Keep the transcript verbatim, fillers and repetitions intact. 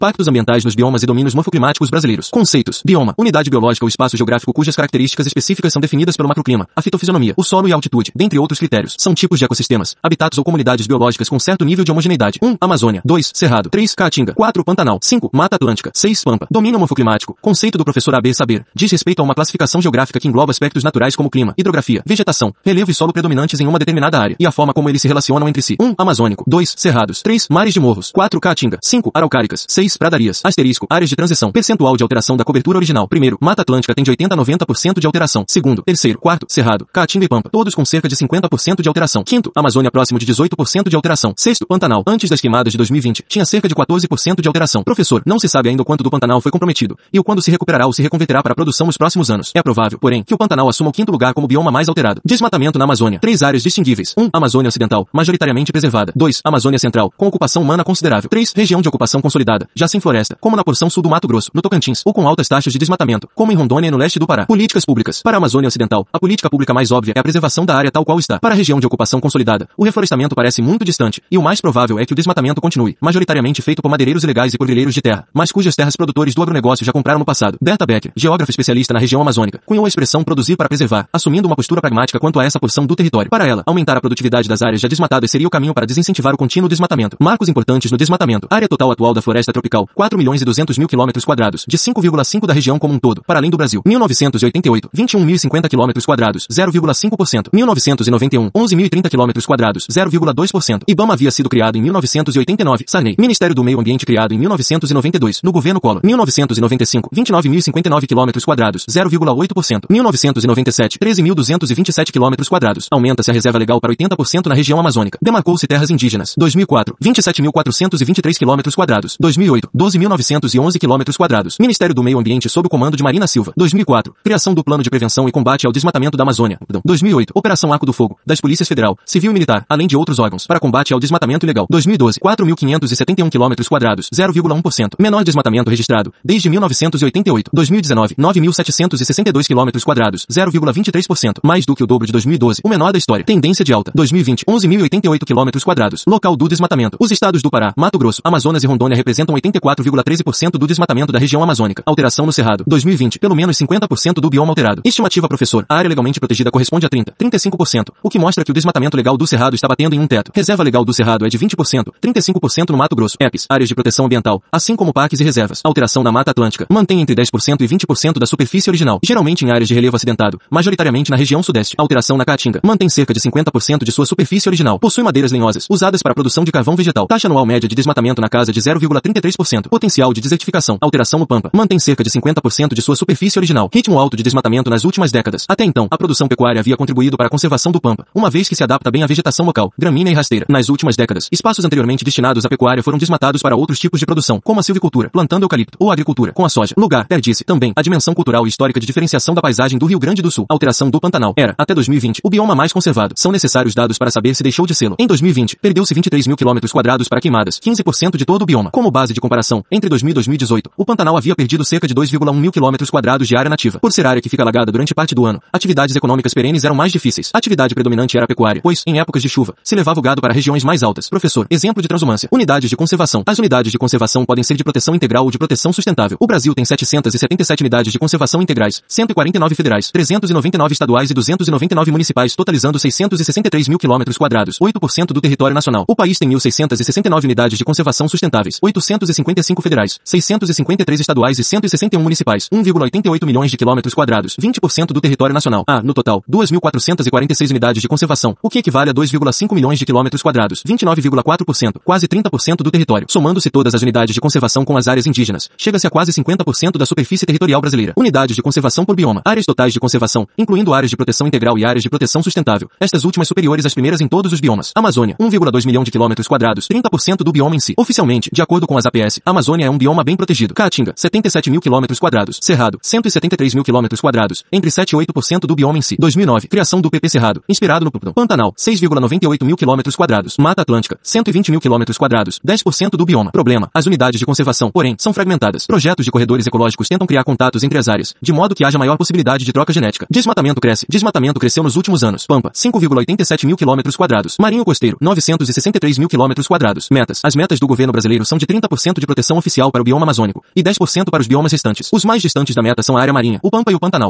Pactos ambientais nos biomas e domínios morfoclimáticos brasileiros. Conceitos. Bioma. Unidade biológica ou espaço geográfico cujas características específicas são definidas pelo macroclima, a fitofisionomia, o solo e a altitude, dentre outros critérios. São tipos de ecossistemas, habitats ou comunidades biológicas com certo nível de homogeneidade. um. Amazônia. dois. Cerrado. três. Caatinga. quatro. Pantanal. cinco. Mata Atlântica. seis. Pampa. Domínio morfoclimático. Conceito do professor A B Saber. Diz respeito a uma classificação geográfica que engloba aspectos naturais como clima, hidrografia, vegetação, relevo e solo predominantes em uma determinada área, e a forma como eles se relacionam entre si. um. Amazônico. dois. Cerrados. três. Mares de morros. quatro. Caatinga. cinco. Araucáricas. seis. Pradarias. Asterisco. Áreas de transição. Percentual de alteração da cobertura original. Primeiro. Mata Atlântica tem de oitenta a noventa por cento de alteração. Segundo. Terceiro. Quarto. Cerrado. Caatinga e Pampa. Todos com cerca de cinquenta por cento de alteração. Quinto. Amazônia próximo de dezoito por cento de alteração. Sexto. Pantanal. Antes das queimadas de dois mil e vinte, tinha cerca de quatorze por cento de alteração. Professor, não se sabe ainda o quanto do Pantanal foi comprometido, e o quando se recuperará ou se reconverterá para a produção nos próximos anos. É provável, porém, que o Pantanal assuma o quinto lugar como bioma mais alterado. Desmatamento na Amazônia. Três áreas distinguíveis. um. Amazônia Ocidental, majoritariamente preservada. dois. Amazônia Central, com ocupação humana considerável. três. Região de ocupação consolidada, já sem floresta, como na porção sul do Mato Grosso, no Tocantins, ou com altas taxas de desmatamento, como em Rondônia e no leste do Pará. Políticas públicas. Para a Amazônia Ocidental, a política pública mais óbvia é a preservação da área tal qual está. Para a região de ocupação consolidada, o reflorestamento parece muito distante, e o mais provável é que o desmatamento continue, majoritariamente feito por madeireiros ilegais e por grileiros de terra, mas cujas terras produtores do agronegócio já compraram no passado. Berta Becker, geógrafa especialista na região amazônica, cunhou a expressão produzir para preservar, assumindo uma postura pragmática quanto a essa porção do território. Para ela, aumentar a produtividade das áreas já desmatadas seria o caminho para desincentivar o contínuo desmatamento. Marcos importantes no desmatamento. Área total atual da floresta tropical, quatro milhões e duzentos mil quilômetros quadrados, de cinco vírgula cinco da região como um todo, para além do Brasil. mil novecentos e oitenta e oito, vinte e um mil e cinquenta quilômetros quadrados, zero vírgula cinco por cento. mil novecentos e noventa e um, onze mil e trinta quilômetros quadrados, zero vírgula dois por cento. IBAMA havia sido criado em mil novecentos e oitenta e nove. Sarney. Ministério do Meio Ambiente criado em mil novecentos e noventa e dois, no governo Collor. mil novecentos e noventa e cinco, vinte e nove mil e cinquenta e nove quilômetros quadrados, zero vírgula oito por cento. mil novecentos e noventa e sete, treze mil duzentos e vinte e sete quilômetros quadrados. Aumenta-se a reserva legal para oitenta por cento na região amazônica. Demarcou-se terras indígenas. dois mil e quatro, vinte e sete mil quatrocentos e vinte e três quilômetros quadrados. dois mil e oito, doze mil novecentos e onze quilômetros quadrados. Ministério do Meio Ambiente sob o comando de Marina Silva. dois mil e quatro, criação do Plano de Prevenção e Combate ao Desmatamento da Amazônia. dois mil e oito, Operação Arco do Fogo, das Polícias Federal, Civil e Militar, além de outros órgãos, para combate ao desmatamento ilegal. dois mil e doze, quatro mil quinhentos e setenta e um quilômetros quadrados, zero vírgula um por cento. Menor desmatamento registrado desde mil novecentos e oitenta e oito. dois mil e dezenove, nove mil setecentos e sessenta e dois quilômetros quadrados, zero vírgula vinte e três por cento. Mais do que o dobro de dois mil e doze, o menor da história. Tendência de alta. dois mil e vinte, onze mil e oitenta e oito quilômetros quadrados. Local do desmatamento. Os estados do Pará, Mato Grosso, Amazonas e Rondônia representam oitenta e quatro vírgula treze por cento do desmatamento da região amazônica. Alteração no Cerrado. dois mil e vinte, pelo menos cinquenta por cento do bioma alterado. Estimativa professor. A área legalmente protegida corresponde a trinta, trinta e cinco por cento, o que mostra que o desmatamento legal do Cerrado está batendo em um teto. Reserva legal do Cerrado é de vinte por cento, trinta e cinco por cento no Mato Grosso. E P S, áreas de proteção ambiental, assim como parques e reservas. Alteração na Mata Atlântica. Mantém entre dez por cento e vinte por cento da superfície original, geralmente em áreas de relevo acidentado, majoritariamente na região sudeste. Alteração na Caatinga. Mantém cerca de cinquenta por cento de sua superfície original. Possui madeiras lenhosas, usadas para a produção de carvão vegetal. Taxa anual média de desmatamento na casa de zero vírgula trinta e três por cento. Potencial de desertificação. Alteração no Pampa. Mantém cerca de cinquenta por cento de sua superfície original. Ritmo alto de desmatamento nas últimas décadas. Até então, a produção pecuária havia contribuído para a conservação do Pampa, uma vez que se adapta bem à vegetação local, gramínea e rasteira. Nas últimas décadas, espaços anteriormente destinados à pecuária foram desmatados para outros tipos de produção, como a silvicultura, plantando eucalipto, ou agricultura, com a soja. Lugar, perde-se, também, a dimensão cultural e histórica de diferenciação da paisagem do Rio Grande do Sul. Alteração do Pantanal. Era, até dois mil e vinte, o bioma mais conservado. São necessários dados para saber se deixou de sê-lo. Em dois mil e vinte, perdeu-se vinte e três mil quilômetros quadrados para queimadas, quinze por cento de todo o bioma. Como base de comparação, entre dois mil e dois mil e dezoito, o Pantanal havia perdido cerca de dois vírgula um mil quilômetros quadrados de área nativa. Por ser área que fica alagada durante parte do ano, atividades econômicas perenes eram mais difíceis. A atividade predominante era a pecuária, pois, em épocas de chuva, se levava o gado para regiões mais altas. Professor, exemplo de transumância. Unidades de conservação. As unidades de conservação podem ser de proteção integral ou de proteção sustentável. O Brasil tem setecentas e setenta e sete unidades de conservação integrais, cento e quarenta e nove federais, trezentos e noventa e nove estaduais e duzentos e noventa e nove municipais, totalizando seiscentos e sessenta e três mil quilômetros quadrados, oito por cento do território nacional. O país tem mil seiscentas e sessenta e nove unidades de conservação sustentáveis, oitocentos e cinquenta e cinco federais, seiscentos e cinquenta e três estaduais e cento e sessenta e um municipais, um vírgula oitenta e oito milhões de quilômetros quadrados, vinte por cento do território nacional. Há, no total, duas mil quatrocentas e quarenta e seis unidades de conservação, o que equivale a dois vírgula cinco milhões de quilômetros quadrados, vinte e nove vírgula quatro por cento, quase trinta por cento do território. Somando-se todas as unidades de conservação com as áreas indígenas, chega-se a quase cinquenta por cento da superfície territorial brasileira. Unidades de conservação por bioma. Áreas totais de conservação, incluindo áreas de proteção integral e áreas de proteção sustentável. Estas últimas superiores às primeiras em todos os biomas. Amazônia, um vírgula dois milhão de quilômetros quadrados, trinta por cento do bioma em si. Oficialmente, de acordo com as A P S, a Amazônia é um bioma bem protegido. Caatinga, setenta e sete mil quilômetros quadrados. Cerrado, cento e setenta e três mil quilômetros quadrados, entre sete e oito por cento do bioma em si. dois mil e nove, criação do P P Cerrado, inspirado no Pantanal, seis vírgula noventa e oito mil quilômetros quadrados. Mata Atlântica, cento e vinte mil quilômetros quadrados, dez por cento do bioma. Problema, as unidades de conservação, porém, são fragmentadas. Projetos de corredores ecológicos tentam criar contatos entre as áreas, de modo que haja maior possibilidade de troca genética. Desmatamento cresce. Desmatamento cresceu nos últimos anos. Pampa, cinco vírgula oitenta e sete mil quilômetros quadrados. Marinho Costeiro, novecentos e sessenta e três mil quilômetros quadrados. Metas. As metas do governo brasileiro são de trinta por cento cento de proteção oficial para o bioma amazônico e dez por cento para os biomas restantes. Os mais distantes da meta são a área marinha, o pampa e o pantanal.